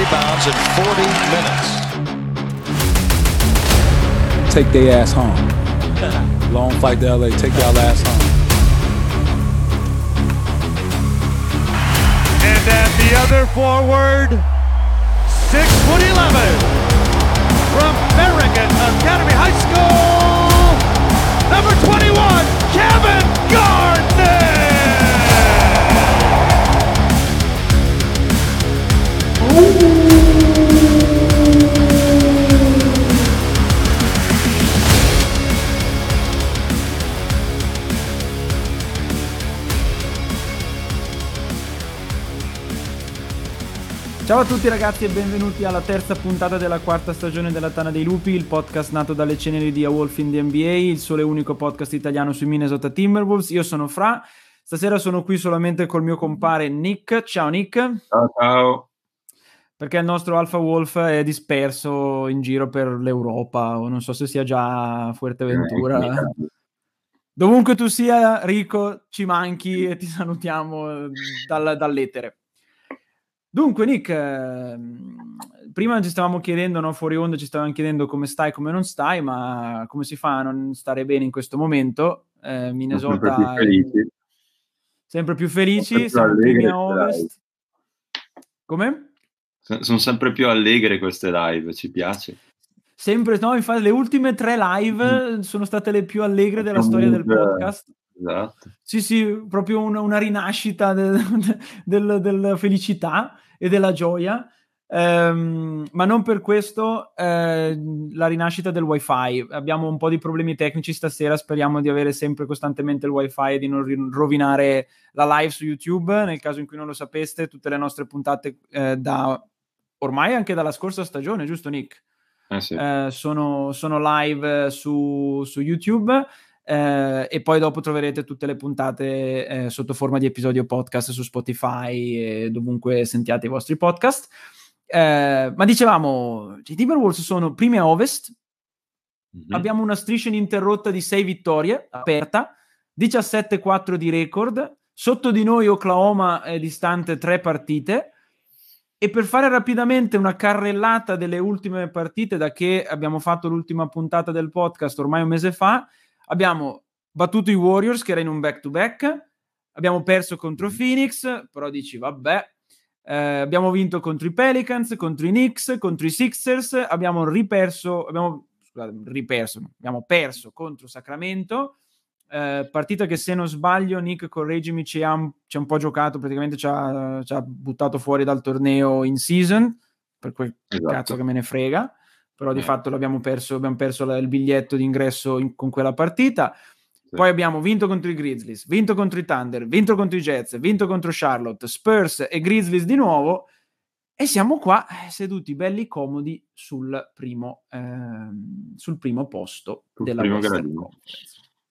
rebounds in 40 minutes. Take their ass home. Long flight to LA, take y'all ass home. And at the other forward, 6'11", from Farragut Academy High School, number 21, Kevin Garnett! Ciao a tutti ragazzi e benvenuti alla terza puntata della quarta stagione della Tana dei Lupi, il podcast nato dalle ceneri di A Wolf in the NBA, il solo e unico podcast italiano sui Minnesota Timberwolves. Io sono Fra, stasera sono qui solamente col mio compare Nick. Ciao Nick. Ciao, ciao. Perché il nostro Alpha Wolf è disperso in giro per l'Europa, o non so se sia già a Fuerteventura. Dovunque tu sia, Rico, ci manchi e ti salutiamo dall'etere. Dunque Nick, prima ci stavamo chiedendo, no, fuori onda ci stavamo chiedendo come stai, come non stai, ma come si fa a non stare bene in questo momento? Minnesota sempre più felici, siamo primi a Ovest. Come? Sono sempre più allegre queste live, ci piace. Sempre, no, infatti le ultime 3 live sono state le più allegre della storia del podcast. Esatto. Sì, proprio una rinascita della felicità e della gioia, ma non per questo la rinascita del wifi. Abbiamo un po' di problemi tecnici stasera, speriamo di avere sempre costantemente il wifi e di non rovinare la live su YouTube. Nel caso in cui non lo sapeste, tutte le nostre puntate da ormai anche dalla scorsa stagione, giusto Nick? Sì. Sono live su YouTube. E poi dopo troverete tutte le puntate sotto forma di episodio podcast su Spotify e dovunque sentiate i vostri podcast. Ma dicevamo, i Timberwolves sono primi a Ovest. Abbiamo una striscia ininterrotta di 6 vittorie aperta, 17-4 di record. Sotto di noi Oklahoma è distante 3 partite. E per fare rapidamente una carrellata delle ultime partite da che abbiamo fatto l'ultima puntata del podcast ormai un mese fa, abbiamo battuto i Warriors che era in un back-to-back, abbiamo perso contro Phoenix, però dici vabbè, abbiamo vinto contro i Pelicans, contro i Knicks, contro i Sixers, abbiamo perso contro Sacramento, partita che se non sbaglio Nick, correggimi, ci ha un po' giocato, praticamente ci ha buttato fuori dal torneo in season, per quel cazzo che me ne frega, però di fatto abbiamo perso il biglietto d'ingresso con quella partita. Poi abbiamo vinto contro i Grizzlies, vinto contro i Thunder, vinto contro i Jazz, vinto contro Charlotte, Spurs e Grizzlies di nuovo, e siamo qua seduti belli comodi sul primo posto della Western Conference.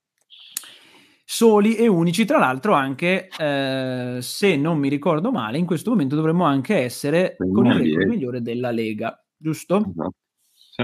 Soli e unici, tra l'altro anche, se non mi ricordo male, in questo momento dovremmo anche essere con il record migliore della Lega, giusto? Sì.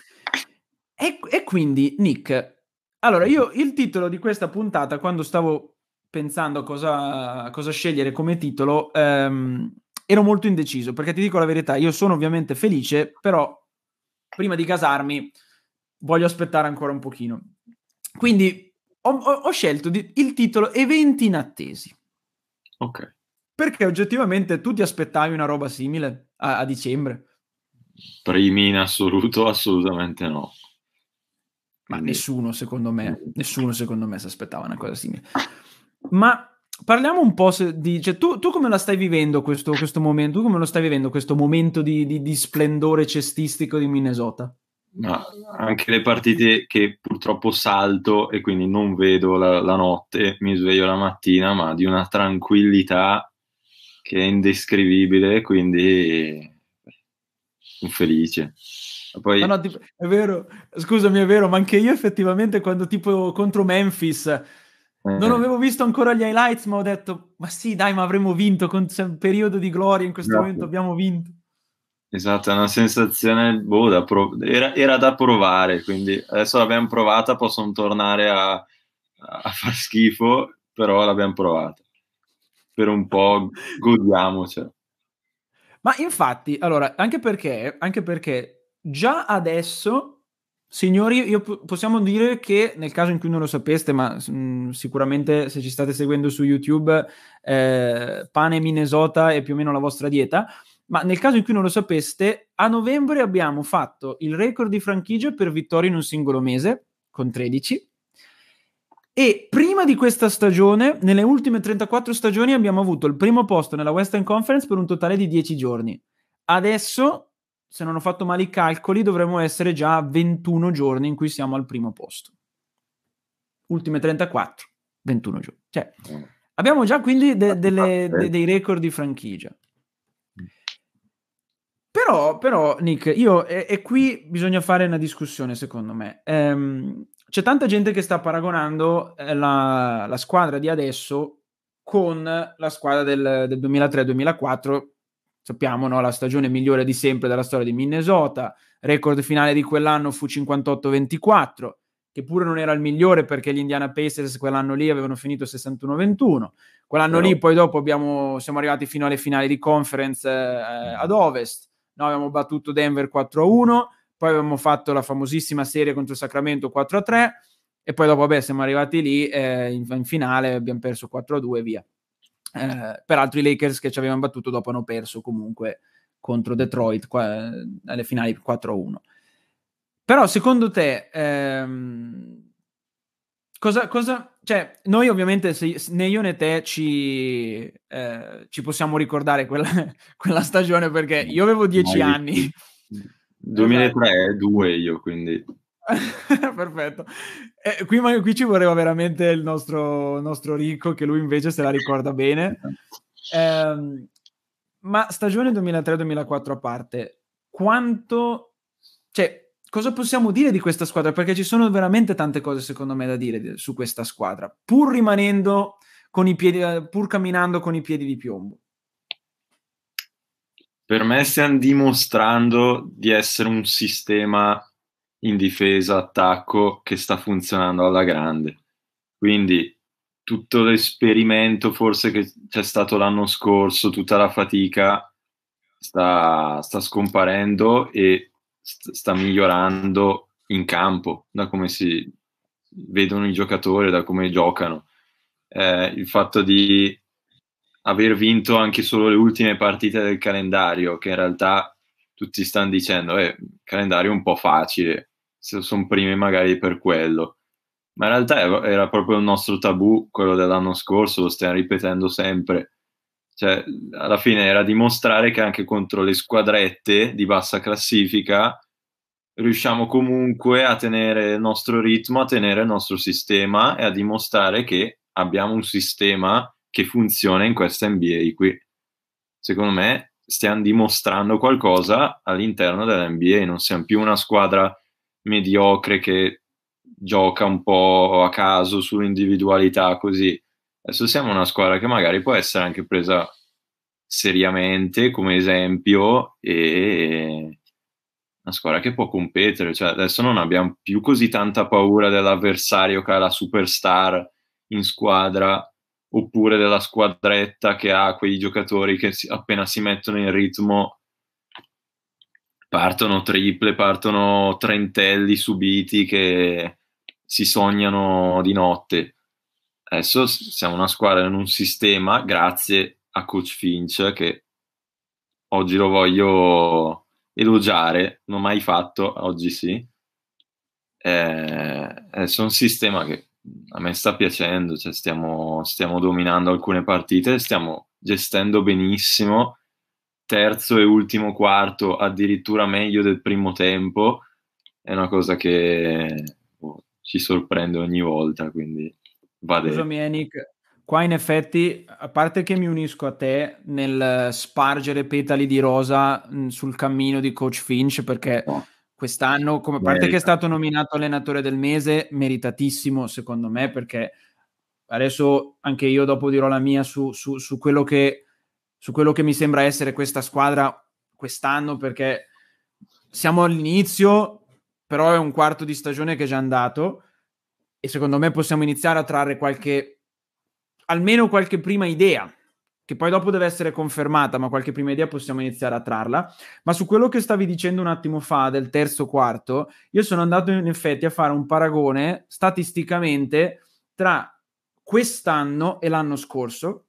E quindi, Nick, allora io il titolo di questa puntata, quando stavo pensando cosa scegliere come titolo, ero molto indeciso, perché ti dico la verità, io sono ovviamente felice, però prima di casarmi voglio aspettare ancora un pochino. Quindi ho scelto il titolo Eventi inattesi. Ok. Perché oggettivamente tu ti aspettavi una roba simile a dicembre? Primi in assoluto, assolutamente no. Ma nessuno secondo me si aspettava una cosa simile. Ma parliamo un po' cioè, tu come la stai vivendo questo momento? Tu come lo stai vivendo questo momento di splendore cestistico di Minnesota? Ma anche le partite che purtroppo salto e quindi non vedo la notte, mi sveglio la mattina, ma di una tranquillità che è indescrivibile, quindi sono felice. Poi... No, è vero, scusami, è vero, ma anche io effettivamente quando tipo contro Memphis non avevo visto ancora gli highlights, ma ho detto, ma sì dai, ma avremmo vinto, c'è un periodo di gloria in questo momento, abbiamo vinto. Esatto, è una sensazione era da provare, quindi adesso l'abbiamo provata, possono tornare a far schifo, però l'abbiamo provata. Per un po' godiamocela. Ma infatti, allora, anche perché già adesso, signori, possiamo dire che nel caso in cui non lo sapeste, ma sicuramente se ci state seguendo su YouTube, pane Minnesota è più o meno la vostra dieta, ma nel caso in cui non lo sapeste, a novembre abbiamo fatto il record di franchigia per vittorie in un singolo mese, con 13, e prima di questa stagione, nelle ultime 34 stagioni, abbiamo avuto il primo posto nella Western Conference per un totale di 10 giorni. Adesso, se non ho fatto male i calcoli, dovremmo essere già a 21 giorni in cui siamo al primo posto. Ultime 34, 21 giorni. Cioè, abbiamo già quindi dei record di franchigia. Però Nick, e qui bisogna fare una discussione, secondo me. C'è tanta gente che sta paragonando la squadra di adesso con la squadra del 2003-2004. Sappiamo, no? La stagione migliore di sempre della storia di Minnesota. Record finale di quell'anno fu 58-24, che pure non era il migliore perché gli Indiana Pacers quell'anno lì avevano finito 61-21. Quell'anno lì poi dopo siamo arrivati fino alle finali di conference ad Ovest. Noi abbiamo battuto Denver 4-1, poi abbiamo fatto la famosissima serie contro Sacramento 4-3 e poi dopo siamo arrivati lì in finale, abbiamo perso 4-2 e via. Peraltro i Lakers che ci avevano battuto dopo hanno perso comunque contro Detroit alle finali 4-1. Però secondo te cosa cioè, noi ovviamente né io né te ci possiamo ricordare quella stagione perché io avevo 10 anni. 2003 2 io, quindi perfetto. Qui ci voleva veramente il nostro Ricco, che lui invece se la ricorda bene. Ma stagione 2003-2004 a parte, cosa possiamo dire di questa squadra? Perché ci sono veramente tante cose secondo me da dire su questa squadra, pur rimanendo con i piedi, pur camminando con i piedi di piombo. Per me stiamo dimostrando di essere un sistema in difesa, attacco che sta funzionando alla grande. Quindi tutto l'esperimento forse che c'è stato l'anno scorso, tutta la fatica sta scomparendo e sta migliorando in campo, da come si vedono i giocatori, da come giocano. Il fatto di aver vinto anche solo le ultime partite del calendario, che in realtà tutti stanno dicendo il calendario è un po' facile, se sono primi magari per quello, ma in realtà era proprio il nostro tabù, quello dell'anno scorso, lo stiamo ripetendo sempre. Cioè, alla fine era dimostrare che anche contro le squadrette di bassa classifica riusciamo comunque a tenere il nostro ritmo, a tenere il nostro sistema e a dimostrare che abbiamo un sistema che funziona in questa NBA qui. Secondo me stiamo dimostrando qualcosa all'interno dell'NBA, non siamo più una squadra mediocre che gioca un po' a caso sull'individualità così. Adesso siamo una squadra che magari può essere anche presa seriamente come esempio e una squadra che può competere. Cioè, adesso non abbiamo più così tanta paura dell'avversario che ha la superstar in squadra oppure della squadretta che ha quei giocatori che appena si mettono in ritmo partono triple, partono trentelli subiti che si sognano di notte. Adesso siamo una squadra in un sistema, grazie a Coach Finch, che oggi lo voglio elogiare, non ho mai fatto, oggi sì. È un sistema che a me sta piacendo, cioè stiamo dominando alcune partite, stiamo gestendo benissimo, terzo e ultimo quarto addirittura meglio del primo tempo, è una cosa che ci sorprende ogni volta, quindi va detto. Scusami Nick, qua in effetti, a parte che mi unisco a te nel spargere petali di rosa sul cammino di Coach Finch, perché quest'anno, a parte che è stato nominato allenatore del mese, meritatissimo secondo me, perché adesso anche io dopo dirò la mia su quello che mi sembra essere questa squadra quest'anno, perché siamo all'inizio, però è un quarto di stagione che è già andato e secondo me possiamo iniziare a trarre almeno qualche prima idea che poi dopo deve essere confermata, ma qualche prima idea possiamo iniziare a trarla. Ma su quello che stavi dicendo un attimo fa del terzo quarto, io sono andato in effetti a fare un paragone statisticamente tra quest'anno e l'anno scorso,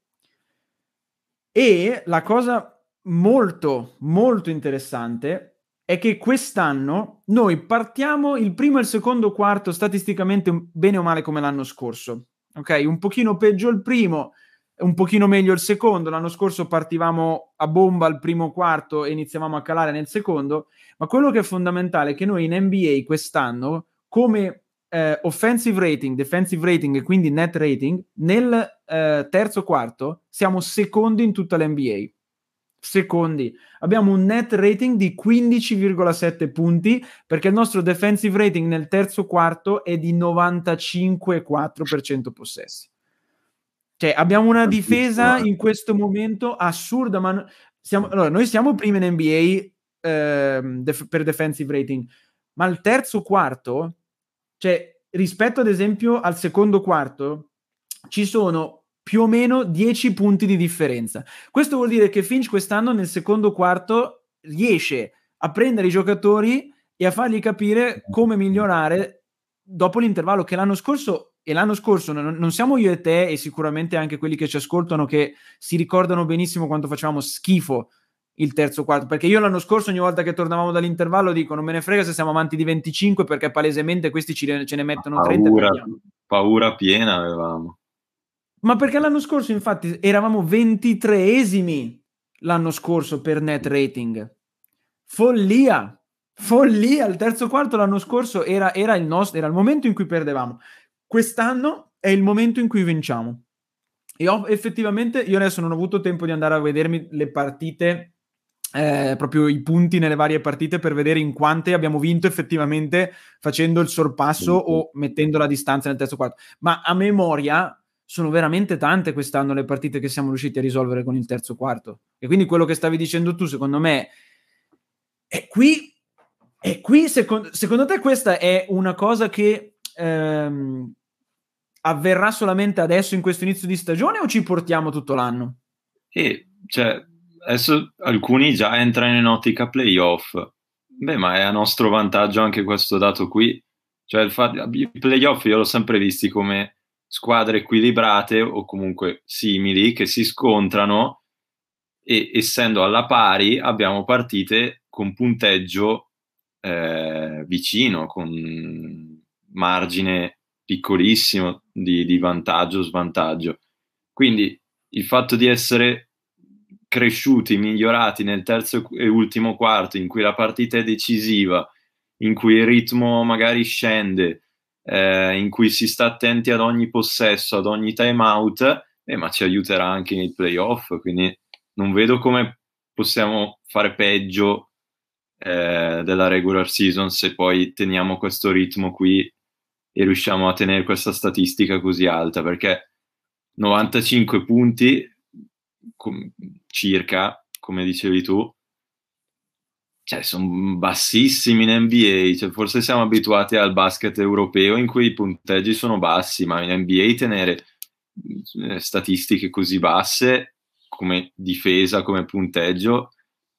e la cosa molto molto interessante è che quest'anno noi partiamo il primo e il secondo quarto statisticamente bene o male come l'anno scorso, ok? Un pochino peggio il primo, un pochino meglio il secondo. L'anno scorso partivamo a bomba al primo quarto e iniziavamo a calare nel secondo, ma quello che è fondamentale è che noi in NBA quest'anno, come offensive rating, defensive rating e quindi net rating, nel terzo quarto siamo secondi in tutta l'NBA. Secondi. Abbiamo un net rating di 15,7 punti, perché il nostro defensive rating nel terzo quarto è di 95,4% possessi. Cioè abbiamo una difesa in questo momento assurda, ma allora, noi siamo primi in NBA per defensive rating, ma il terzo quarto, cioè rispetto ad esempio al secondo quarto, ci sono più o meno 10 punti di differenza. Questo vuol dire che Finch quest'anno nel secondo quarto riesce a prendere i giocatori e a fargli capire come migliorare dopo l'intervallo, che l'anno scorso non siamo io e te, e sicuramente anche quelli che ci ascoltano, che si ricordano benissimo quando facevamo schifo il terzo quarto, perché io l'anno scorso ogni volta che tornavamo dall'intervallo dico non me ne frega se siamo avanti di 25, perché palesemente questi ce ne mettono 30 paura piena avevamo. Ma perché l'anno scorso infatti eravamo 23esimi l'anno scorso per net rating. Follia, il terzo quarto l'anno scorso era il momento in cui perdevamo. Quest'anno è il momento in cui vinciamo. E effettivamente io adesso non ho avuto tempo di andare a vedermi le partite, proprio i punti nelle varie partite, per vedere in quante abbiamo vinto effettivamente facendo il sorpasso o mettendo la distanza nel terzo quarto, ma a memoria sono veramente tante quest'anno le partite che siamo riusciti a risolvere con il terzo quarto. E quindi quello che stavi dicendo tu, secondo me, è qui secondo te questa è una cosa che avverrà solamente adesso in questo inizio di stagione, o ci portiamo tutto l'anno? Cioè, adesso alcuni già entrano in ottica playoff. Beh, ma è a nostro vantaggio anche questo dato qui. Cioè, i playoff io l'ho sempre visti come squadre equilibrate o comunque simili che si scontrano, e essendo alla pari abbiamo partite con punteggio vicino, con margine piccolissimo di vantaggio o svantaggio. Quindi il fatto di essere cresciuti, migliorati nel terzo e ultimo quarto, in cui la partita è decisiva, in cui il ritmo magari scende, in cui si sta attenti ad ogni possesso, ad ogni time out, ma ci aiuterà anche nei playoff. Quindi non vedo come possiamo fare peggio della regular season se poi teniamo questo ritmo qui e riusciamo a tenere questa statistica così alta, perché 95 punti circa, come dicevi tu, cioè sono bassissimi in NBA. Cioè, forse siamo abituati al basket europeo in cui i punteggi sono bassi, ma in NBA tenere statistiche così basse come difesa, come punteggio,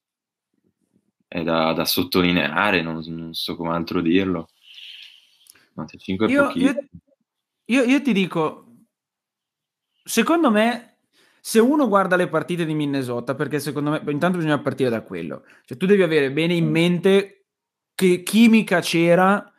è da sottolineare, non so come altro dirlo. 95 è pochissimo. Io ti dico, secondo me, se uno guarda le partite di Minnesota, perché secondo me intanto bisogna partire da quello, cioè tu devi avere bene in mente che chimica c'era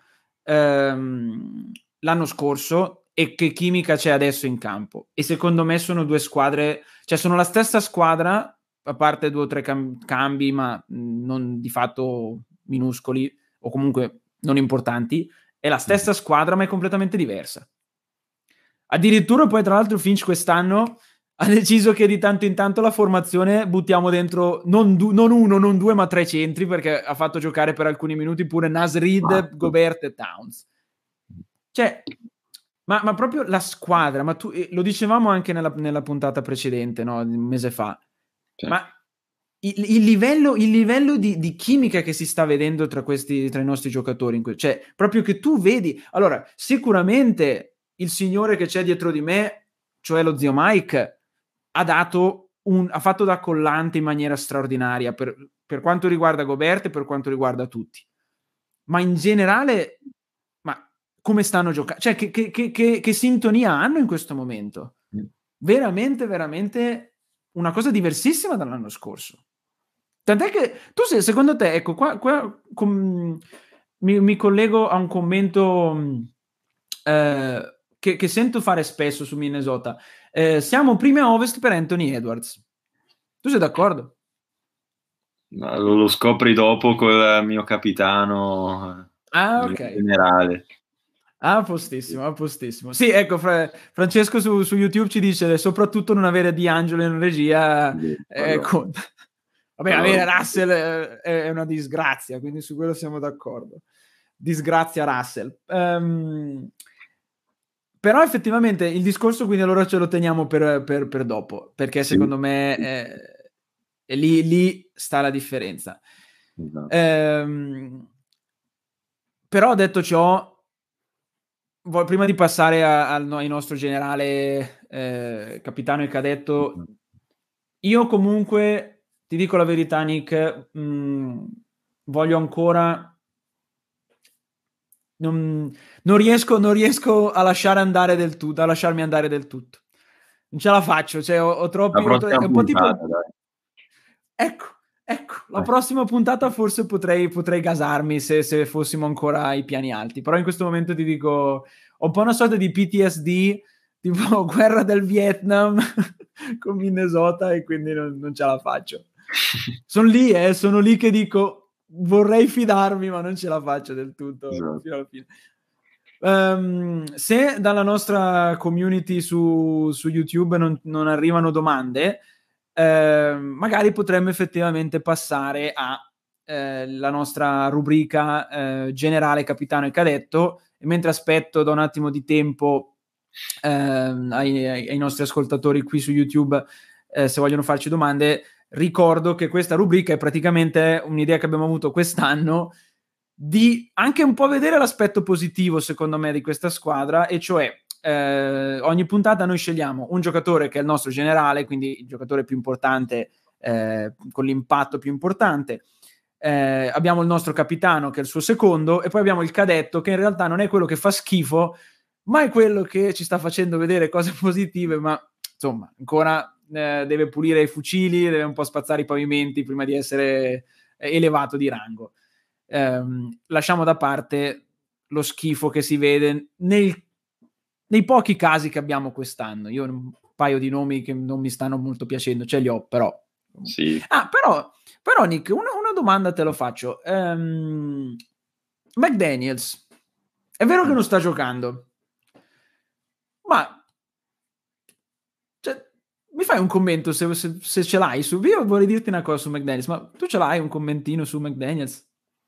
l'anno scorso e che chimica c'è adesso in campo, e secondo me sono due squadre, cioè sono la stessa squadra, a parte 2 o 3 cambi, ma non di fatto minuscoli o comunque non importanti. È la stessa squadra, ma è completamente diversa. Addirittura poi, tra l'altro, Finch quest'anno ha deciso che di tanto in tanto la formazione buttiamo dentro non 1, non 2, ma 3 centri, perché ha fatto giocare per alcuni minuti pure Naz Reid, Gobert e Towns. Cioè, ma proprio la squadra, ma tu lo dicevamo anche nella puntata precedente, no? Un mese fa. Sì. Ma il livello di chimica che si sta vedendo tra i nostri giocatori, cioè proprio che tu vedi, allora sicuramente il signore che c'è dietro di me, cioè lo zio Mike, ha dato ha fatto da collante in maniera straordinaria per quanto riguarda Gobert e per quanto riguarda tutti. Ma in generale, ma come stanno giocando? Cioè, che sintonia hanno in questo momento? Veramente, veramente una cosa diversissima dall'anno scorso. Tant'è che tu, secondo te, ecco, qua mi collego a un commento che sento fare spesso su Minnesota. Siamo primi a Ovest per Anthony Edwards. Tu sei d'accordo? Lo scopri dopo col mio capitano ok. generale. A postissimo. Sì, ecco, Francesco su YouTube ci dice soprattutto non avere D'Angelo in regia. Vabbè, avere Russell è una disgrazia, quindi su quello siamo d'accordo. Disgrazia Russell. Però effettivamente il discorso quindi allora ce lo teniamo per dopo, perché secondo me lì sta la differenza. Esatto. Però detto ciò, prima di passare al nostro generale capitano e cadetto, io comunque ti dico la verità, Nick, voglio ancora non riesco a lasciarmi andare del tutto. Non ce la faccio, cioè ho troppi è un po' tipo... Ecco, la prossima puntata forse potrei gasarmi se fossimo ancora ai piani alti, però in questo momento ti dico, ho un po' una sorta di PTSD, tipo guerra del Vietnam con Minnesota, e quindi non ce la faccio. Sono lì che dico vorrei fidarmi, ma non ce la faccio del tutto. Esatto. Fino alla fine. Se dalla nostra community su YouTube non arrivano domande, magari potremmo effettivamente passare alla nostra rubrica generale capitano e cadetto, e mentre aspetto da un attimo di tempo ai nostri ascoltatori qui su YouTube se vogliono farci domande, ricordo che questa rubrica è praticamente un'idea che abbiamo avuto quest'anno di anche un po' vedere l'aspetto positivo, secondo me, di questa squadra, e cioè ogni puntata noi scegliamo un giocatore che è il nostro generale, quindi il giocatore più importante, con l'impatto più importante, abbiamo il nostro capitano che è il suo secondo, e poi abbiamo il cadetto che in realtà non è quello che fa schifo, ma è quello che ci sta facendo vedere cose positive, ma insomma ancora deve pulire i fucili, deve un po' spazzare i pavimenti prima di essere elevato di rango. Lasciamo da parte lo schifo che si vede nei pochi casi che abbiamo quest'anno. Io un paio di nomi che non mi stanno molto piacendo ce li ho, però sì. Però Nick, una domanda te lo faccio. McDaniels è vero che non sta giocando, ma mi fai un commento se ce l'hai su... Io vorrei dirti una cosa su McDaniels, ma tu ce l'hai un commentino su McDaniels?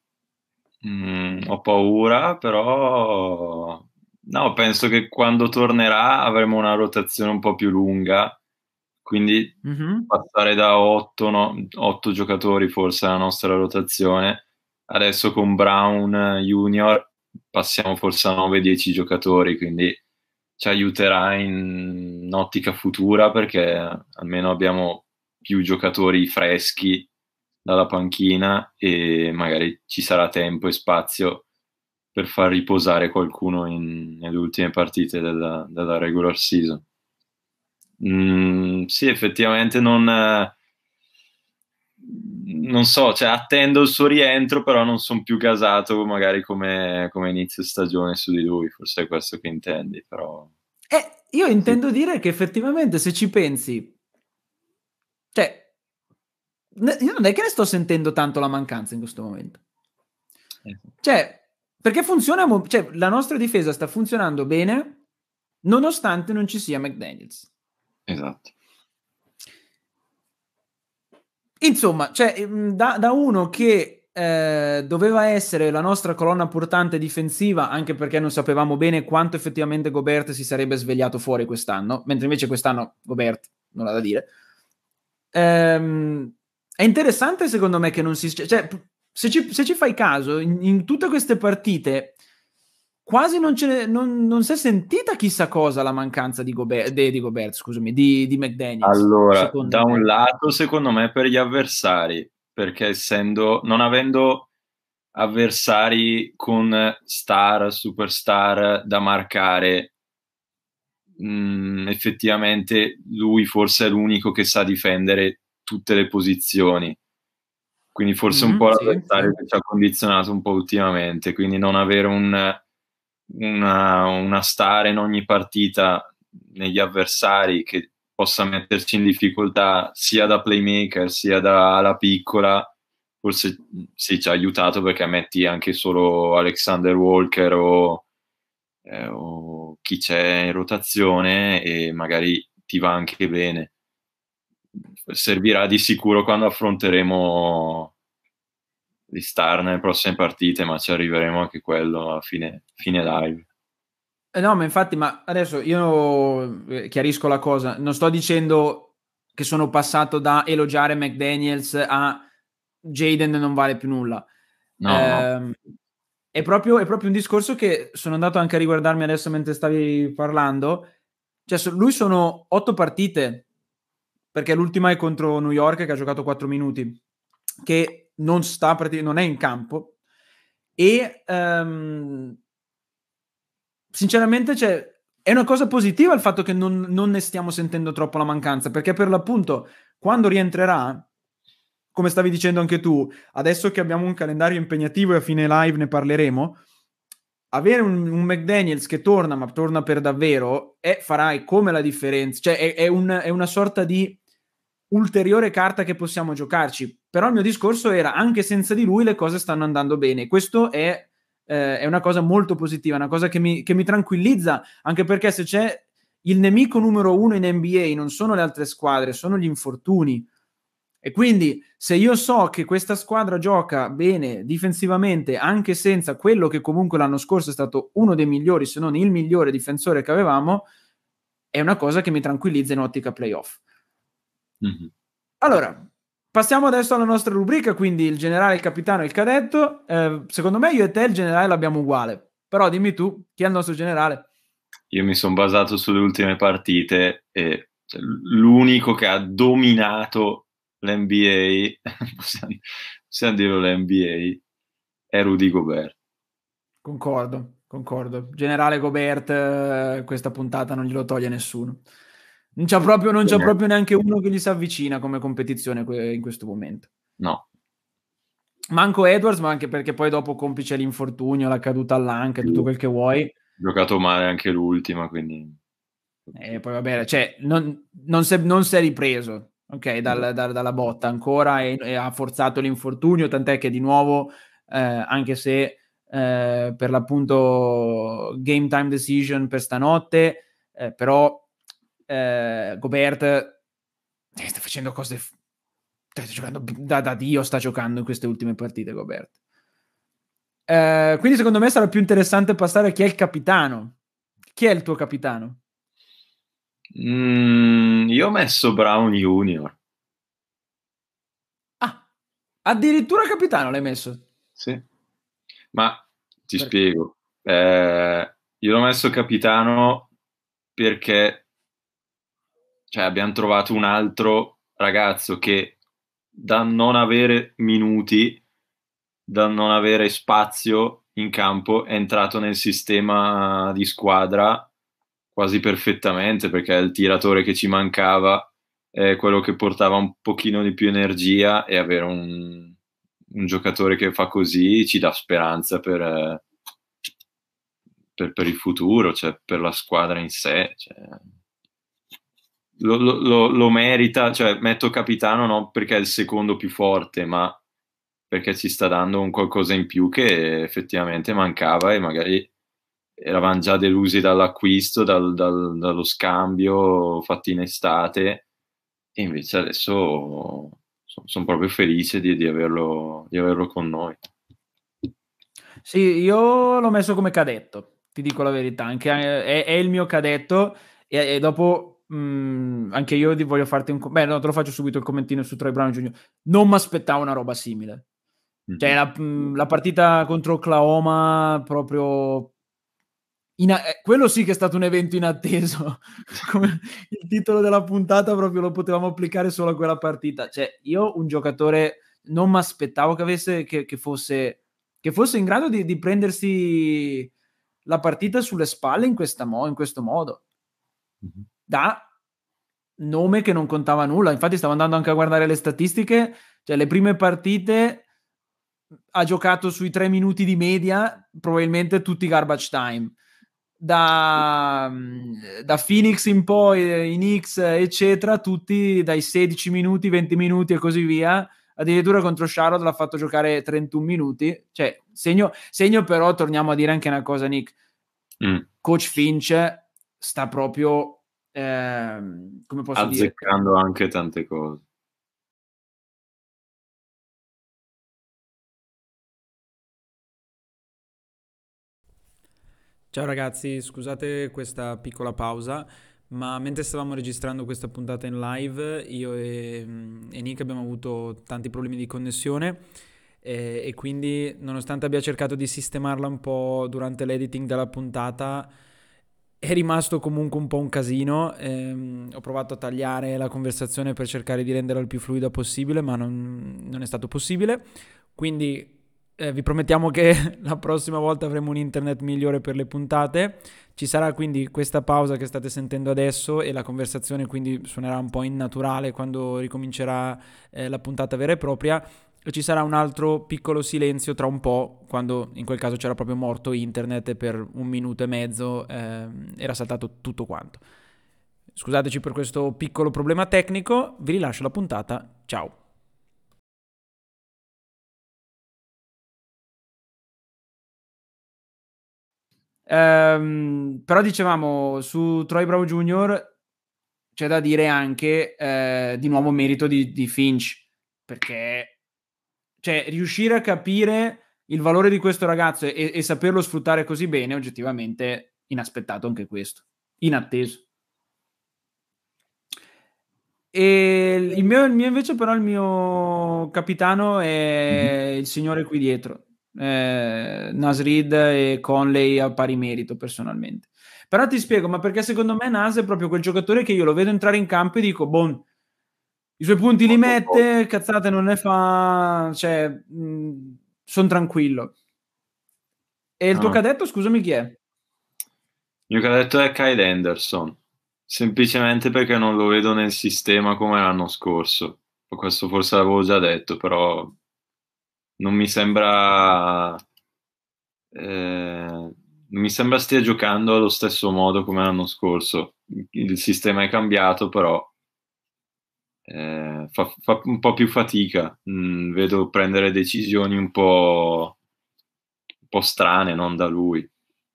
Ho paura, però no, penso che quando tornerà avremo una rotazione un po' più lunga, quindi passare da 8 giocatori forse alla nostra rotazione, adesso con Brown Junior passiamo forse a 9-10 giocatori, quindi ci aiuterà in ottica futura, perché almeno abbiamo più giocatori freschi dalla panchina e magari ci sarà tempo e spazio per far riposare qualcuno nelle ultime partite della regular season. Sì, effettivamente non so, cioè attendo il suo rientro, però non sono più gasato magari come inizio stagione su di lui, forse è questo che intendi, però... io intendo dire che effettivamente se ci pensi, cioè io non è che ne sto sentendo tanto la mancanza in questo momento, cioè perché funziona, cioè la nostra difesa sta funzionando bene nonostante non ci sia McDaniels. Esatto. Insomma, cioè da uno che doveva essere la nostra colonna portante difensiva, anche perché non sapevamo bene quanto effettivamente Gobert si sarebbe svegliato fuori quest'anno, mentre invece quest'anno Gobert non ha da dire. È interessante secondo me che non si... Cioè, se ci fai caso, in tutte queste partite quasi non si è sentita chissà cosa la mancanza di Gobert, scusami, di McDaniels. Allora, da un lato, secondo me, per gli avversari, perché non avendo avversari con superstar da marcare, effettivamente lui forse è l'unico che sa difendere tutte le posizioni. Quindi forse un po' l'avversario che ci ha condizionato un po' ultimamente, quindi non avere una star in ogni partita negli avversari che possa metterci in difficoltà sia da playmaker sia da ala piccola, forse sì, ci ha aiutato, perché metti anche solo Alexander Walker o chi c'è in rotazione e magari ti va anche bene. Servirà di sicuro quando affronteremo gli star nelle prossime partite, ma ci arriveremo anche quello a fine live. No, ma infatti, ma adesso io chiarisco la cosa. Non sto dicendo che sono passato da elogiare McDaniels a Jaden non vale più nulla. No. È proprio un discorso che sono andato anche a riguardarmi adesso mentre stavi parlando. Cioè, lui sono 8 partite, perché l'ultima è contro New York, che ha giocato 4 minuti, che non è in campo, e sinceramente, cioè, è una cosa positiva il fatto che non ne stiamo sentendo troppo la mancanza, perché per l'appunto quando rientrerà, come stavi dicendo anche tu, adesso che abbiamo un calendario impegnativo e a fine live ne parleremo, avere un McDaniels che torna, ma torna per davvero, farai come la differenza, cioè è una sorta di ulteriore carta che possiamo giocarci. Però il mio discorso era, anche senza di lui le cose stanno andando bene. Questo è una cosa molto positiva, una cosa che mi tranquillizza, anche perché se c'è il nemico numero 1 in NBA non sono le altre squadre, sono gli infortuni. E quindi se io so che questa squadra gioca bene difensivamente, anche senza quello che comunque l'anno scorso è stato uno dei migliori, se non il migliore difensore che avevamo, è una cosa che mi tranquillizza in ottica playoff. Mm-hmm. Allora, passiamo adesso alla nostra rubrica, quindi il generale, il capitano e il cadetto. Secondo me io e te il generale l'abbiamo uguale, però dimmi tu, chi è il nostro generale? Io mi sono basato sulle ultime partite e l'unico che ha dominato l'NBA, possiamo dirlo l'NBA, è Rudy Gobert. Concordo. Generale Gobert, questa puntata non glielo toglie nessuno. Non c'è proprio neanche uno che gli si avvicina come competizione in questo momento. No. Manco Edwards, ma anche perché poi dopo complice l'infortunio, la caduta all'anca, tutto quel che vuoi. Ha giocato male anche l'ultima, quindi... E poi vabbè, cioè non si è ripreso, ok, dalla botta ancora e ha forzato l'infortunio, tant'è che di nuovo, anche se per l'appunto game time decision per stanotte, però Gobert sta facendo cose, sta giocando da Dio, sta giocando in queste ultime partite Gobert. Quindi secondo me sarà più interessante passare a chi è il capitano. Chi è il tuo capitano? Io ho messo Brown Junior. Ah, addirittura capitano l'hai messo? Sì, ma ti spiego. Io l'ho messo capitano perché abbiamo trovato un altro ragazzo che, da non avere minuti, da non avere spazio in campo, è entrato nel sistema di squadra quasi perfettamente, perché è il tiratore che ci mancava, è quello che portava un pochino di più energia, e avere un giocatore che fa così ci dà speranza per il futuro, cioè per la squadra in sé, cioè, lo merita, cioè metto capitano non perché è il secondo più forte, ma perché ci sta dando un qualcosa in più che effettivamente mancava, e magari eravamo già delusi dall'acquisto, dallo scambio fatto in estate, e invece adesso sono proprio felice di averlo con noi. Sì, io l'ho messo come cadetto, ti dico la verità, anche è il mio cadetto, e dopo anche io voglio farti te lo faccio subito il commentino su Troy Brown Jr. Non mi aspettavo una roba simile. Cioè la partita contro Oklahoma proprio quello sì che è stato un evento inatteso. Come il titolo della puntata proprio lo potevamo applicare solo a quella partita. Cioè, io un giocatore non mi aspettavo che fosse in grado di prendersi la partita sulle spalle in questo modo. Da nome che non contava nulla. Infatti stavo andando anche a guardare le statistiche, cioè le prime partite ha giocato sui 3 minuti di media, probabilmente tutti garbage time. Da Phoenix in poi, in X, eccetera, tutti dai 16 minuti, 20 minuti e così via. Addirittura contro Charlotte l'ha fatto giocare 31 minuti. Cioè, segno però, torniamo a dire anche una cosa, Nick. Coach Finch sta proprio, come posso dire? Azzeccando anche tante cose. Ciao ragazzi, scusate questa piccola pausa, ma mentre stavamo registrando questa puntata in live, io e Nick abbiamo avuto tanti problemi di connessione e quindi, nonostante abbia cercato di sistemarla un po' durante l'editing della puntata, è rimasto comunque un po' un casino. Ho provato a tagliare la conversazione per cercare di renderla il più fluida possibile, ma non è stato possibile. Quindi vi promettiamo che la prossima volta avremo un internet migliore per le puntate. Ci sarà quindi questa pausa che state sentendo adesso e la conversazione quindi suonerà un po' innaturale quando ricomincerà la puntata vera e propria. E ci sarà un altro piccolo silenzio tra un po', quando in quel caso c'era proprio morto internet e per 1 minuto e mezzo era saltato tutto quanto. Scusateci per questo piccolo problema tecnico, vi rilascio la puntata, ciao! Però dicevamo, su Troy Brown Jr. c'è da dire anche di nuovo merito di Finch, perché cioè, riuscire a capire il valore di questo ragazzo e saperlo sfruttare così bene, oggettivamente inaspettato anche questo, inatteso. E il mio invece però il mio capitano è il signore qui dietro, Naz Reid e Conley a pari merito personalmente. Però ti spiego, ma perché secondo me Naz è proprio quel giocatore che io lo vedo entrare in campo e dico, boh, i suoi punti li mette, cazzate non ne fa, cioè, sono tranquillo. E il tuo cadetto, scusami, chi è? Il mio cadetto è Kyle Anderson, semplicemente perché non lo vedo nel sistema come l'anno scorso. Questo forse l'avevo già detto, però non mi sembra stia giocando allo stesso modo come l'anno scorso. Il sistema è cambiato, però fa un po' più fatica. Vedo prendere decisioni un po' strane, non da lui.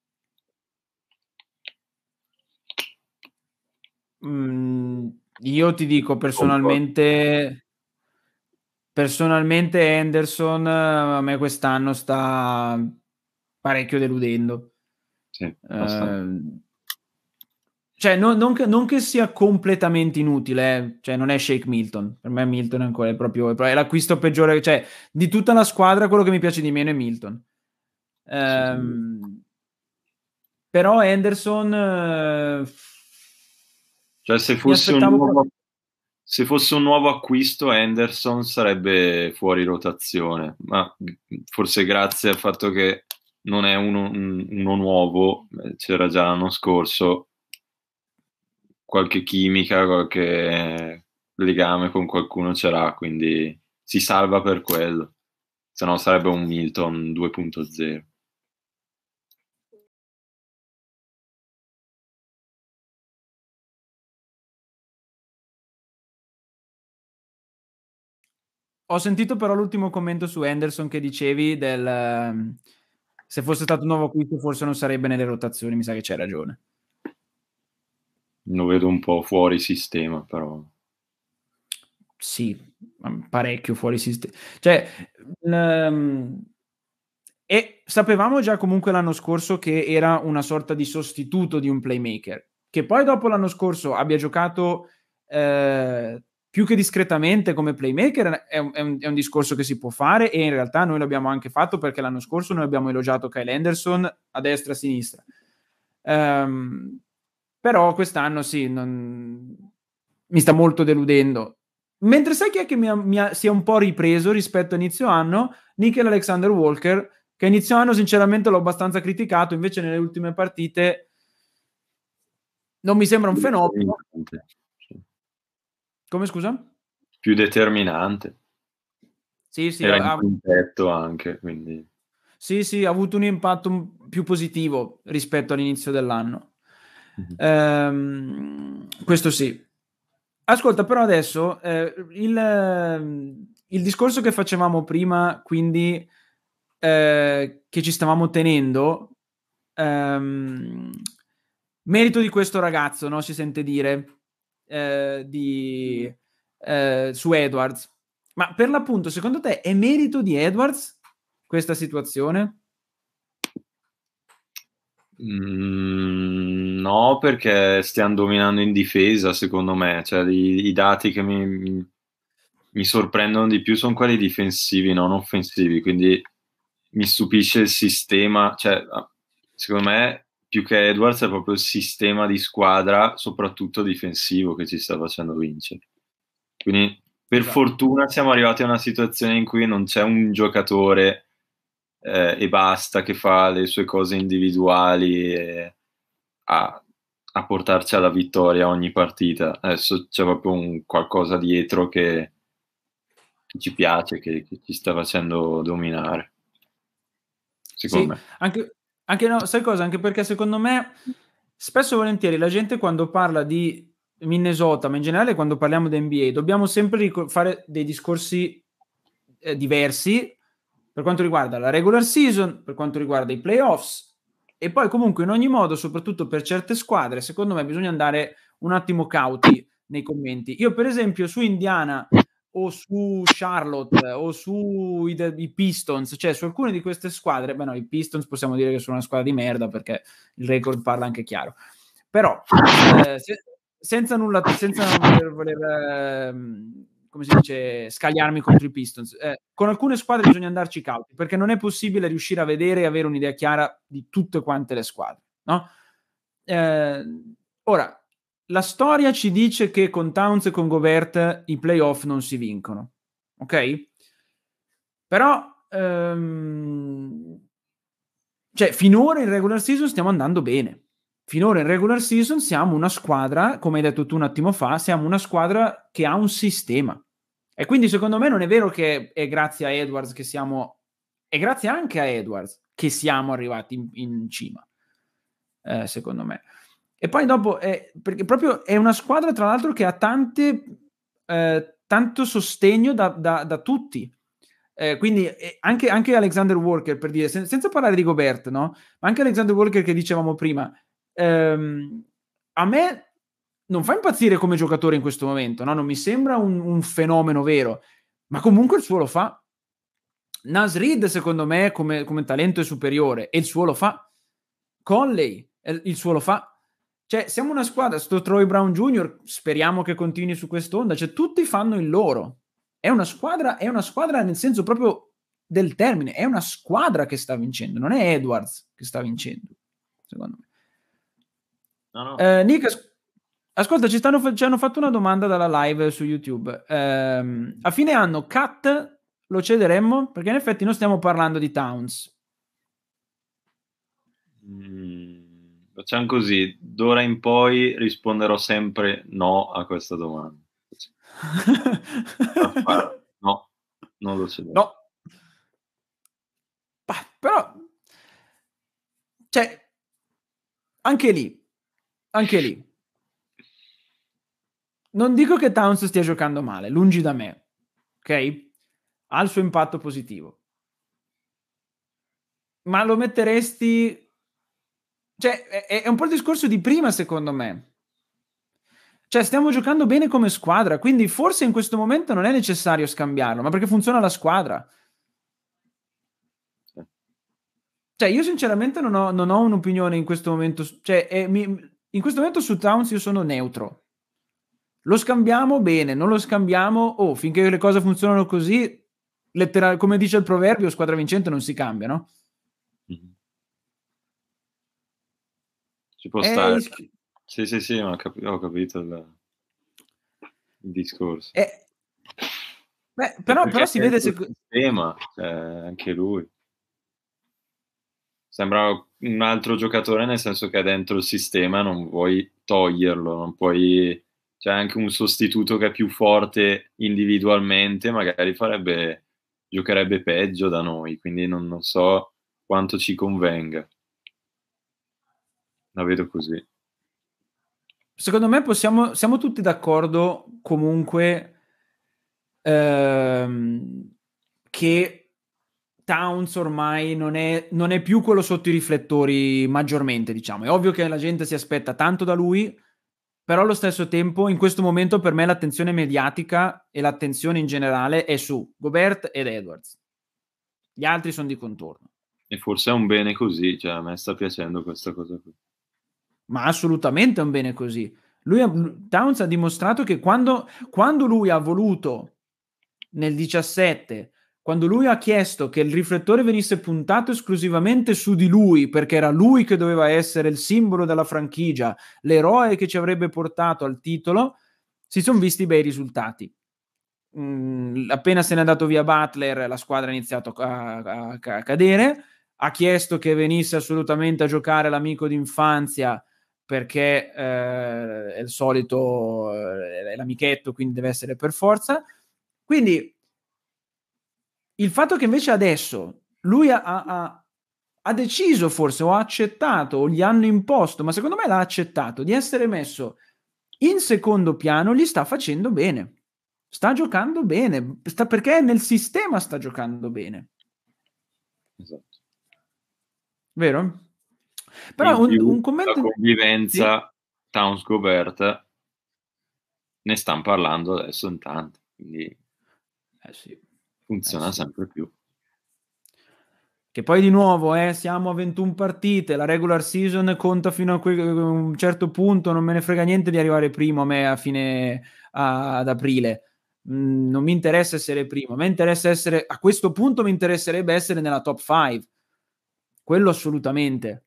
Io ti dico personalmente Anderson a me quest'anno sta parecchio deludendo. Sì, cioè non che sia completamente inutile, cioè non è Shake Milton, per me Milton ancora è l'acquisto peggiore, cioè di tutta la squadra quello che mi piace di meno è Milton. Però Anderson cioè se fosse un nuovo acquisto Anderson sarebbe fuori rotazione, ma forse grazie al fatto che non è uno nuovo, c'era già l'anno scorso, qualche chimica, qualche legame con qualcuno c'era, quindi si salva per quello, se no sarebbe un Milton 2.0. Ho sentito però l'ultimo commento su Anderson che dicevi del se fosse stato un nuovo acquisto forse non sarebbe nelle rotazioni, mi sa che c'hai ragione. Lo vedo un po' fuori sistema, però. Sì, parecchio fuori sistema. Cioè, e sapevamo già comunque l'anno scorso che era una sorta di sostituto di un playmaker, che poi dopo l'anno scorso abbia giocato più che discretamente come playmaker è un discorso che si può fare, e in realtà noi l'abbiamo anche fatto, perché l'anno scorso noi abbiamo elogiato Kyle Anderson a destra e a sinistra. Però quest'anno sì, mi sta molto deludendo. Mentre sai chi è che si è un po' ripreso rispetto a inizio anno? Nickel Alexander Walker, che a inizio anno sinceramente l'ho abbastanza criticato, invece nelle ultime partite non mi sembra un fenomeno. Come, scusa? Più determinante. Sì, era in quintetto anche, quindi... Sì, ha avuto un impatto più positivo rispetto all'inizio dell'anno. Questo sì. Ascolta, però adesso il discorso che facevamo prima, quindi che ci stavamo tenendo, merito di questo ragazzo, no? Si sente dire su Edwards. Ma per l'appunto, secondo te è merito di Edwards questa situazione? No, perché stiamo dominando in difesa, secondo me. Cioè, i dati che mi sorprendono di più sono quelli difensivi, non offensivi. Quindi mi stupisce il sistema. Cioè, secondo me, più che Edwards, è proprio il sistema di squadra, soprattutto difensivo, che ci sta facendo vincere. Quindi, per fortuna, siamo arrivati a una situazione in cui non c'è un giocatore e basta che fa le sue cose individuali a portarci alla vittoria ogni partita. Adesso c'è proprio un qualcosa dietro che ci piace, che ci sta facendo dominare, secondo me. Anche no, sai cosa? Anche perché secondo me spesso e volentieri la gente, quando parla di Minnesota, ma in generale quando parliamo di NBA, dobbiamo sempre fare dei discorsi diversi per quanto riguarda la regular season, per quanto riguarda i playoffs, e poi comunque in ogni modo, soprattutto per certe squadre, secondo me bisogna andare un attimo cauti nei commenti. Io per esempio su Indiana o su Charlotte o su i Pistons, cioè su alcune di queste squadre, beh no, i Pistons possiamo dire che sono una squadra di merda perché il record parla anche chiaro, però senza voler come si dice, scagliarmi contro i Pistons. Con alcune squadre bisogna andarci cauti, perché non è possibile riuscire a vedere e avere un'idea chiara di tutte quante le squadre, no? Ora, la storia ci dice che con Towns e con Gobert i playoff non si vincono, ok? Però, cioè, finora in regular season stiamo andando bene. Finora in regular season siamo una squadra, come hai detto tu un attimo fa, siamo una squadra che ha un sistema. E quindi secondo me non è vero che è grazie a Edwards che siamo... È grazie anche a Edwards che siamo arrivati in cima, secondo me. E poi dopo, perché proprio è una squadra tra l'altro che ha tanto sostegno da tutti. Quindi anche Alexander Walker, per dire, senza parlare di Gobert, no? Ma anche Alexander Walker che dicevamo prima, a me non fa impazzire come giocatore in questo momento, no? Non mi sembra un fenomeno vero, ma comunque il suo lo fa. Naz Reid secondo me come talento è superiore e il suo lo fa. Conley il suo lo fa. Cioè siamo una squadra, sto Troy Brown Jr. speriamo che continui su quest'onda, cioè tutti fanno il loro. È una squadra nel senso proprio del termine, è una squadra che sta vincendo, non è Edwards che sta vincendo, secondo me. No. Nick, ascolta, ci hanno fatto una domanda dalla live su YouTube. A fine anno Cat lo cederemmo? Perché in effetti noi stiamo parlando di Towns. Facciamo così, d'ora in poi risponderò sempre no a questa domanda. No, non lo so. No. Però, cioè, anche lì, non dico che Towns stia giocando male, lungi da me, ok? Ha il suo impatto positivo. Ma lo metteresti... Cioè, è un po' il discorso di prima, secondo me. Cioè, stiamo giocando bene come squadra, quindi forse in questo momento non è necessario scambiarlo, ma perché funziona la squadra. Cioè, io sinceramente non ho un'opinione in questo momento. Cioè, in questo momento su Towns io sono neutro. Lo scambiamo bene, non lo scambiamo, finché le cose funzionano così, come dice il proverbio, squadra vincente non si cambia, no? Ci può stare. Sì, ma ho capito il discorso. Però si vede il sistema, anche lui. Sembra un altro giocatore, nel senso che è dentro il sistema, non vuoi toglierlo, non puoi... C'è anche un sostituto che è più forte individualmente, magari giocherebbe peggio da noi, quindi non so quanto ci convenga. La vedo così. Secondo me siamo tutti d'accordo comunque che Towns ormai non è più quello sotto i riflettori maggiormente, diciamo. È ovvio che la gente si aspetta tanto da lui, però allo stesso tempo in questo momento per me l'attenzione mediatica e l'attenzione in generale è su Gobert ed Edwards. Gli altri sono di contorno. E forse è un bene così, cioè a me sta piacendo questa cosa qui. Ma assolutamente è un bene così. Towns ha dimostrato che quando lui ha voluto nel 17, quando lui ha chiesto che il riflettore venisse puntato esclusivamente su di lui, perché era lui che doveva essere il simbolo della franchigia, l'eroe che ci avrebbe portato al titolo, si sono visti bei risultati. Appena se n'è andato via Butler, la squadra ha iniziato a cadere. Ha chiesto che venisse assolutamente a giocare l'amico d'infanzia perché è il solito, è l'amichetto, quindi deve essere per forza. Quindi il fatto che invece adesso lui ha deciso forse, o ha accettato, o gli hanno imposto, ma secondo me l'ha accettato, di essere messo in secondo piano, gli sta facendo bene. Sta giocando bene, perché nel sistema sta giocando bene. Esatto. Vero? Però un commento... La convivenza sì. Towns Gobert ne stanno parlando adesso in tanti, quindi sì. funziona sempre più. Che poi di nuovo siamo a 21 partite, la regular season conta fino a un certo punto, non me ne frega niente di arrivare primo a me ad aprile. Non mi interessa essere primo, a me interessa essere, a questo punto mi interesserebbe essere nella top 5, quello assolutamente,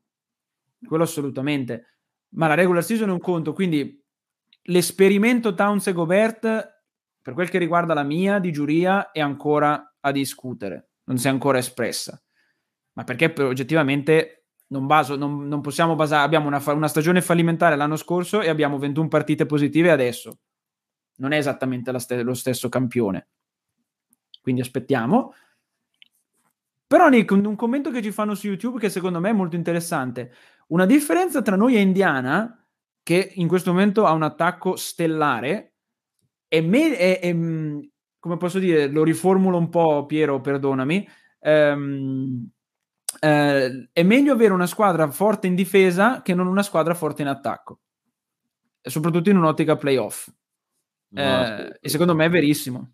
ma la regular season è un conto, quindi l'esperimento Towns e Gobert, per quel che riguarda la mia di giuria, è ancora a discutere, non si è ancora espressa, ma perché oggettivamente non possiamo basare, abbiamo una stagione fallimentare l'anno scorso e abbiamo 21 partite positive adesso, non è esattamente lo stesso campione, quindi aspettiamo. Però Nick, un commento che ci fanno su YouTube che secondo me è molto interessante, una differenza tra noi e Indiana, che in questo momento ha un attacco stellare, come posso dire, lo riformulo un po', Piero, perdonami, è meglio avere una squadra forte in difesa che non una squadra forte in attacco, soprattutto in un'ottica playoff. E secondo me è verissimo.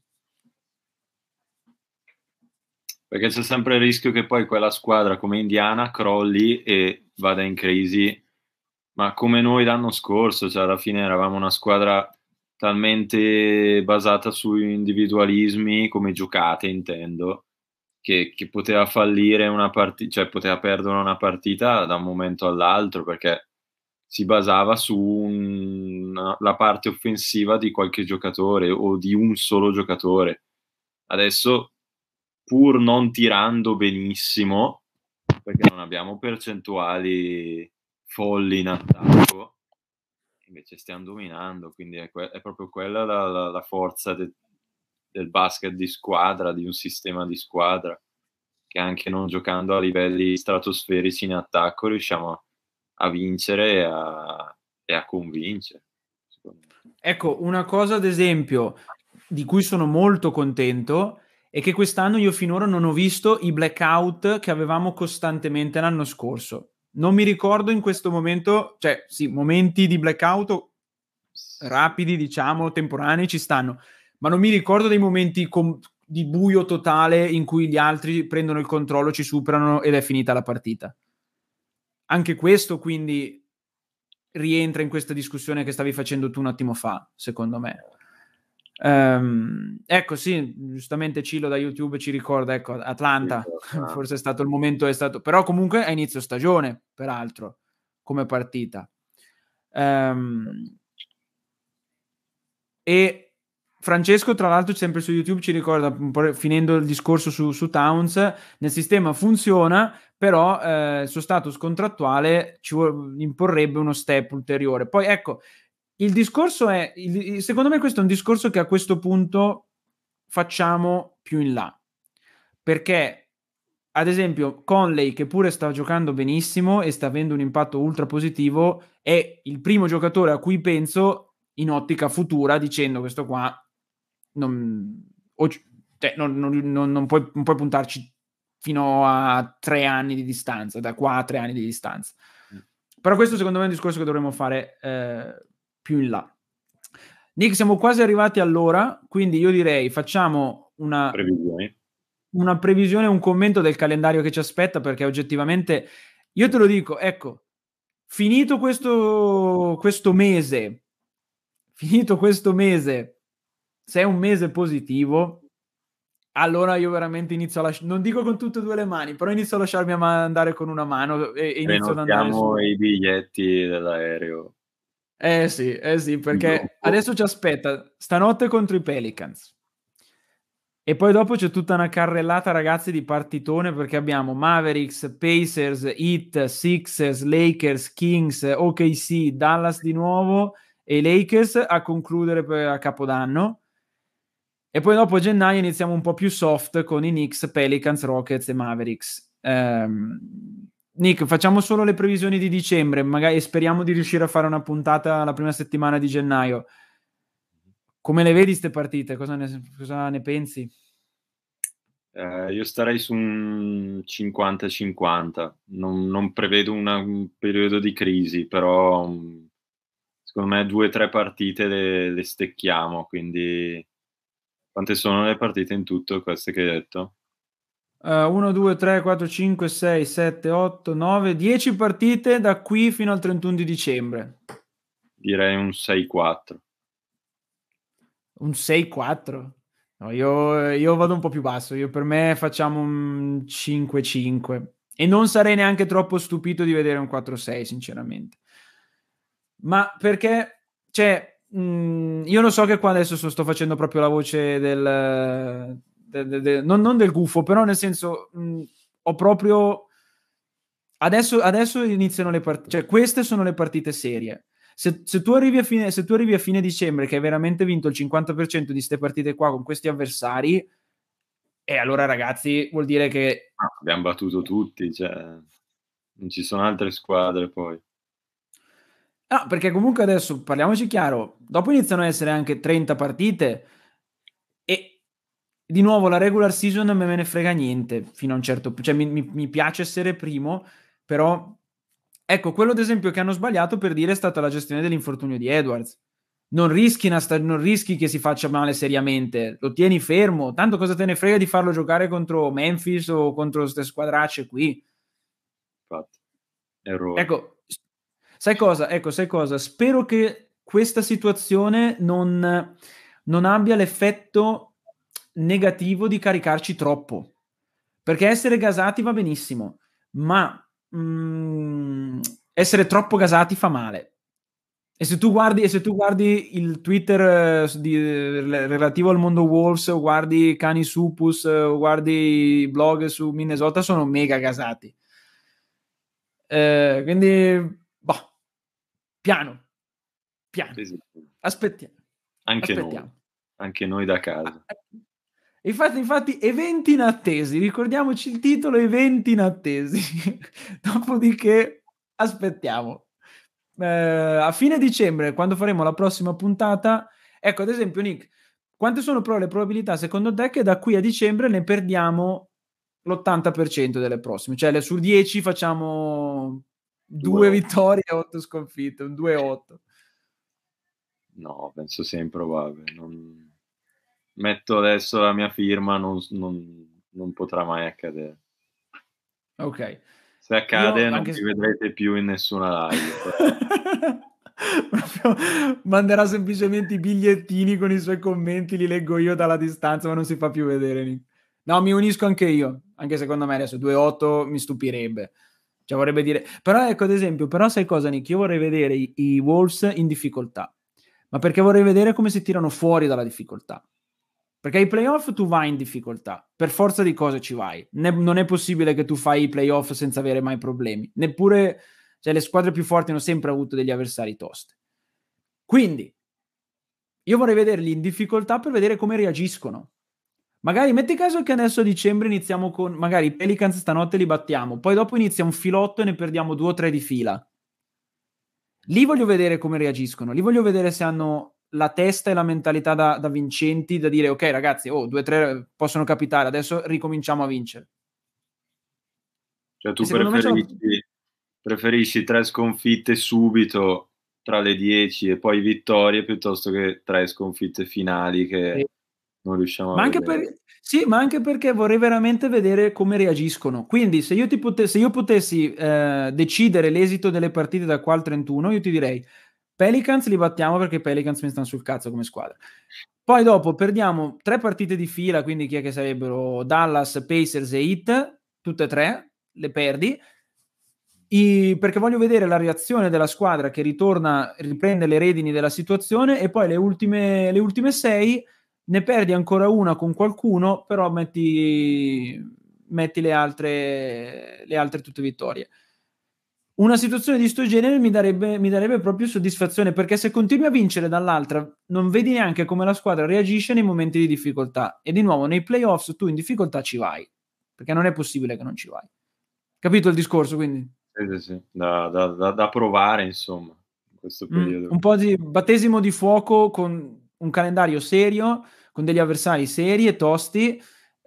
Perché c'è sempre il rischio che poi quella squadra come Indiana crolli e vada in crisi, ma come noi l'anno scorso, cioè alla fine eravamo una squadra talmente basata su individualismi, come giocate intendo, che poteva fallire una partita, cioè poteva perdere una partita da un momento all'altro, perché si basava su la parte offensiva di qualche giocatore o di un solo giocatore. Adesso, pur non tirando benissimo, perché non abbiamo percentuali folli in attacco, invece stiamo dominando, quindi è proprio quella la forza del basket di squadra, di un sistema di squadra, che anche non giocando a livelli stratosferici in attacco riusciamo a vincere e a convincere. Ecco, una cosa ad esempio di cui sono molto contento è che quest'anno io finora non ho visto i blackout che avevamo costantemente l'anno scorso. Non mi ricordo in questo momento, cioè sì, momenti di blackout rapidi, diciamo, temporanei ci stanno, ma non mi ricordo dei momenti di buio totale in cui gli altri prendono il controllo, ci superano ed è finita la partita. Anche questo quindi rientra in questa discussione che stavi facendo tu un attimo fa, secondo me. Ecco, sì, giustamente Cilo da YouTube ci ricorda, ecco, Atlanta, forse è stato il momento, però comunque a inizio stagione, peraltro, come partita. E Francesco, tra l'altro, sempre su YouTube ci ricorda, un po' finendo il discorso su Towns, nel sistema funziona, però il suo status contrattuale imporrebbe uno step ulteriore. Poi ecco, il discorso è, secondo me questo è un discorso che a questo punto facciamo più in là, perché ad esempio Conley, che pure sta giocando benissimo e sta avendo un impatto ultra positivo, è il primo giocatore a cui penso in ottica futura, dicendo questo qua non puoi puntarci fino a 3 anni di distanza, da qua a 3 anni di distanza. Però questo secondo me è un discorso che dovremmo fare più in là. Nick, siamo quasi arrivati all'ora, quindi io direi facciamo una previsione, un commento del calendario che ci aspetta, perché oggettivamente, io te lo dico, ecco, finito questo mese, se è un mese positivo, allora io veramente inizio a non dico con tutte e due le mani, però inizio a lasciarmi andare con una mano e inizio ad andare su i biglietti dell'aereo. Sì, perché adesso ci aspetta stanotte contro i Pelicans e poi dopo c'è tutta una carrellata, ragazzi, di partitone, perché abbiamo Mavericks, Pacers, Heat, Sixers, Lakers, Kings, OKC, Dallas di nuovo e Lakers a concludere a Capodanno. E poi dopo a gennaio iniziamo un po' più soft con i Knicks, Pelicans, Rockets e Mavericks. Nick, facciamo solo le previsioni di dicembre, magari speriamo di riuscire a fare una puntata la prima settimana di gennaio. Come le vedi ste partite? Cosa ne pensi? Io starei su un 50-50, non prevedo un periodo di crisi, però secondo me 2 o 3 partite le stecchiamo, quindi quante sono le partite in tutto queste che hai detto? 1, 2, 3, 4, 5, 6, 7, 8, 9, 10 partite da qui fino al 31 di dicembre. Direi un 6-4. Un 6-4? No, io vado un po' più basso. Per me facciamo un 5-5. E non sarei neanche troppo stupito di vedere un 4-6, sinceramente. Ma perché, cioè, io lo so che qua adesso sto facendo proprio la voce non del gufo, però nel senso, ho proprio... Adesso iniziano le partite, cioè queste sono le partite serie. Se tu arrivi a fine dicembre che hai veramente vinto il 50% di queste partite qua con questi avversari, e allora ragazzi vuol dire che abbiamo battuto tutti, cioè non ci sono altre squadre poi. No, perché comunque adesso parliamoci chiaro, dopo iniziano a essere anche 30 partite e di nuovo la regular season non me ne frega niente fino a un certo punto, cioè mi piace essere primo, però ecco, quello ad esempio che hanno sbagliato, per dire, è stata la gestione dell'infortunio di Edwards. Non rischi che si faccia male seriamente, lo tieni fermo, tanto cosa te ne frega di farlo giocare contro Memphis o contro queste squadracce qui. Infatti, errore. Ecco, sai cosa? Spero che questa situazione non abbia l'effetto negativo di caricarci troppo, perché essere gasati va benissimo, ma essere troppo gasati fa male. E se tu guardi il Twitter relativo al mondo Wolves, o guardi Cani Supus, o guardi i blog su Minnesota, sono mega gasati. Quindi piano. Sì. Aspettiamo. Anche noi da casa. Infatti eventi inattesi, ricordiamoci il titolo, eventi inattesi. Dopodiché aspettiamo. A fine dicembre, quando faremo la prossima puntata, ecco, ad esempio Nick, quante sono però le probabilità secondo te che da qui a dicembre ne perdiamo l'80% delle prossime? Cioè su 10 facciamo 2 vittorie e 8 sconfitte, un 2-8. No, penso sia improbabile. Metto adesso la mia firma, non potrà mai accadere. Ok. Se accade non mi vedrete più in nessuna live. Proprio manderà semplicemente i bigliettini con i suoi commenti, li leggo io dalla distanza, ma non si fa più vedere. No, mi unisco anche io, anche secondo me adesso 2-8 mi stupirebbe. Cioè vorrebbe dire, però ecco ad esempio, però sai cosa Nick? Io vorrei vedere i Wolves in difficoltà, ma perché vorrei vedere come si tirano fuori dalla difficoltà. Perché ai playoff tu vai in difficoltà, per forza di cose ci vai. Non è possibile che tu fai i playoff senza avere mai problemi. Neppure, cioè, le squadre più forti hanno sempre avuto degli avversari tosti. Quindi, io vorrei vederli in difficoltà per vedere come reagiscono. Magari metti caso che adesso a dicembre iniziamo con, magari i Pelicans stanotte li battiamo, poi dopo inizia un filotto e ne perdiamo 2 o 3 di fila. Lì voglio vedere come reagiscono, lì voglio vedere se hanno la testa e la mentalità da vincenti, da dire ok ragazzi, 2 o 3 possono capitare, adesso ricominciamo a vincere. Cioè tu preferisci 3 sconfitte subito tra le 10 e poi vittorie piuttosto che 3 sconfitte finali che non riusciamo a vedere. Ma anche perché vorrei veramente vedere come reagiscono. Quindi se io potessi decidere l'esito delle partite da qua al 31, io ti direi Pelicans li battiamo perché Pelicans mi stanno sul cazzo come squadra. Poi dopo perdiamo 3 partite di fila, quindi chi è che sarebbero Dallas, Pacers e Heat, tutte e 3 le perdi, perché voglio vedere la reazione della squadra che riprende le redini della situazione, e poi le ultime 6 ne perdi ancora una con qualcuno, però metti le altre tutte vittorie. Una situazione di sto genere mi darebbe proprio soddisfazione, perché se continui a vincere dall'altra non vedi neanche come la squadra reagisce nei momenti di difficoltà, e di nuovo nei playoffs tu in difficoltà ci vai, perché non è possibile che non ci vai. Capito il discorso? Quindi sì. Da provare insomma in questo periodo. Un po' di battesimo di fuoco con un calendario serio, con degli avversari seri e tosti,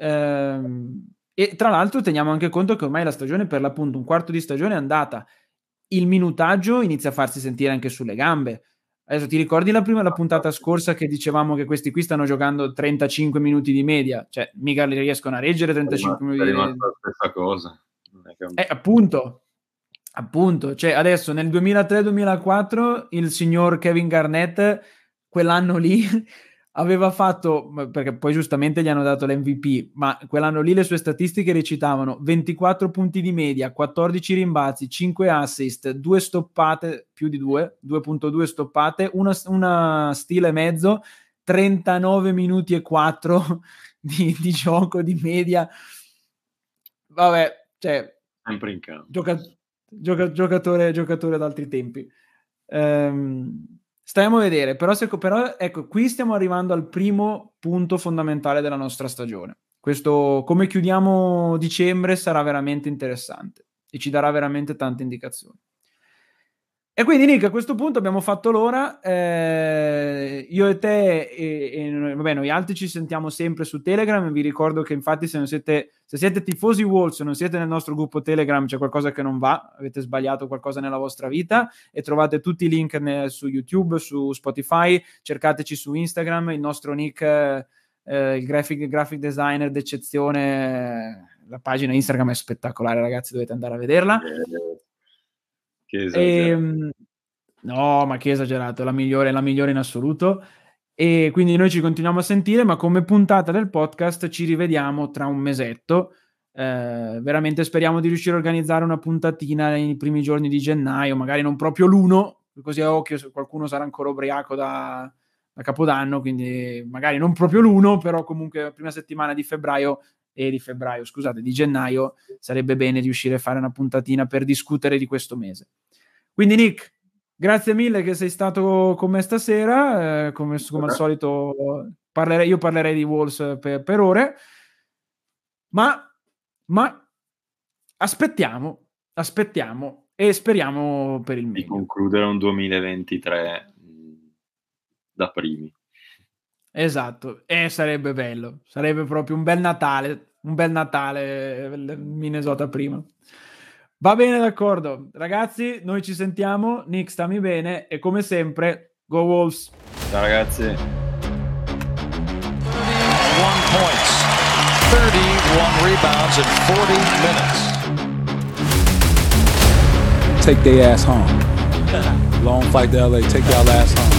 e tra l'altro teniamo anche conto che ormai la stagione, per l'appunto un quarto di stagione è andata, il minutaggio inizia a farsi sentire anche sulle gambe. Adesso ti ricordi la puntata scorsa che dicevamo che questi qui stanno giocando 35 minuti di media, cioè mica li riescono a reggere 35 minuti di media. È la stessa cosa. Appunto, cioè adesso nel 2003-2004 il signor Kevin Garnett quell'anno lì aveva fatto, perché poi giustamente gli hanno dato l'MVP, ma quell'anno lì le sue statistiche recitavano 24 punti di media, 14 rimbalzi, 5 assist, 2 stoppate, più di 2.2 stoppate, una steal e mezzo, 39 minuti e 4 di gioco di media. Vabbè, cioè sempre in campo. Giocatore d'altri tempi. Stiamo a vedere, però ecco, qui stiamo arrivando al primo punto fondamentale della nostra stagione. Questo, come chiudiamo dicembre, sarà veramente interessante e ci darà veramente tante indicazioni. E quindi Nick, a questo punto abbiamo fatto l'ora, io e te e vabbè, noi altri ci sentiamo sempre su Telegram. Vi ricordo che infatti se siete tifosi Wolves, non siete nel nostro gruppo Telegram, c'è qualcosa che non va, avete sbagliato qualcosa nella vostra vita, e trovate tutti i link su YouTube, su Spotify, cercateci su Instagram, il nostro Nick, il graphic designer d'eccezione, la pagina Instagram è spettacolare ragazzi, dovete andare a vederla. No, ma che esagerato, è la migliore in assoluto. E quindi noi ci continuiamo a sentire, ma come puntata del podcast ci rivediamo tra un mesetto. Veramente speriamo di riuscire a organizzare una puntatina nei primi giorni di gennaio, magari non proprio l'1, così a occhio se qualcuno sarà ancora ubriaco da Capodanno, quindi magari non proprio l'1, però comunque la prima settimana di gennaio sarebbe bene riuscire a fare una puntatina per discutere di questo mese. Quindi Nick, grazie mille che sei stato con me stasera, come al solito io parlerei di Wolves per ore, ma aspettiamo e speriamo per il meglio. Di concludere un 2023 da primi. Esatto, e sarebbe bello, sarebbe proprio un bel Natale Minnesota prima. Va bene, d'accordo. Ragazzi, noi ci sentiamo. Nick, stammi bene e come sempre, go Wolves. Ciao ragazzi. 31 points, 31 rebounds in 40 minutes. Take their ass home. Long flight to LA. Take y'all ass home.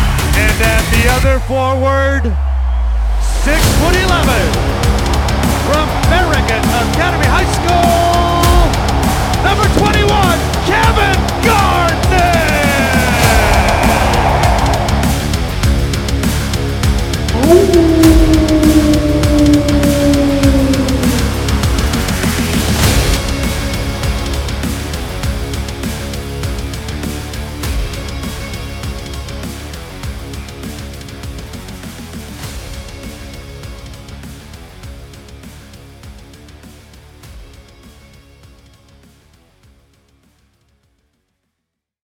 And at the other forward, 6'11", from Farragut Academy High School, number 21, Kevin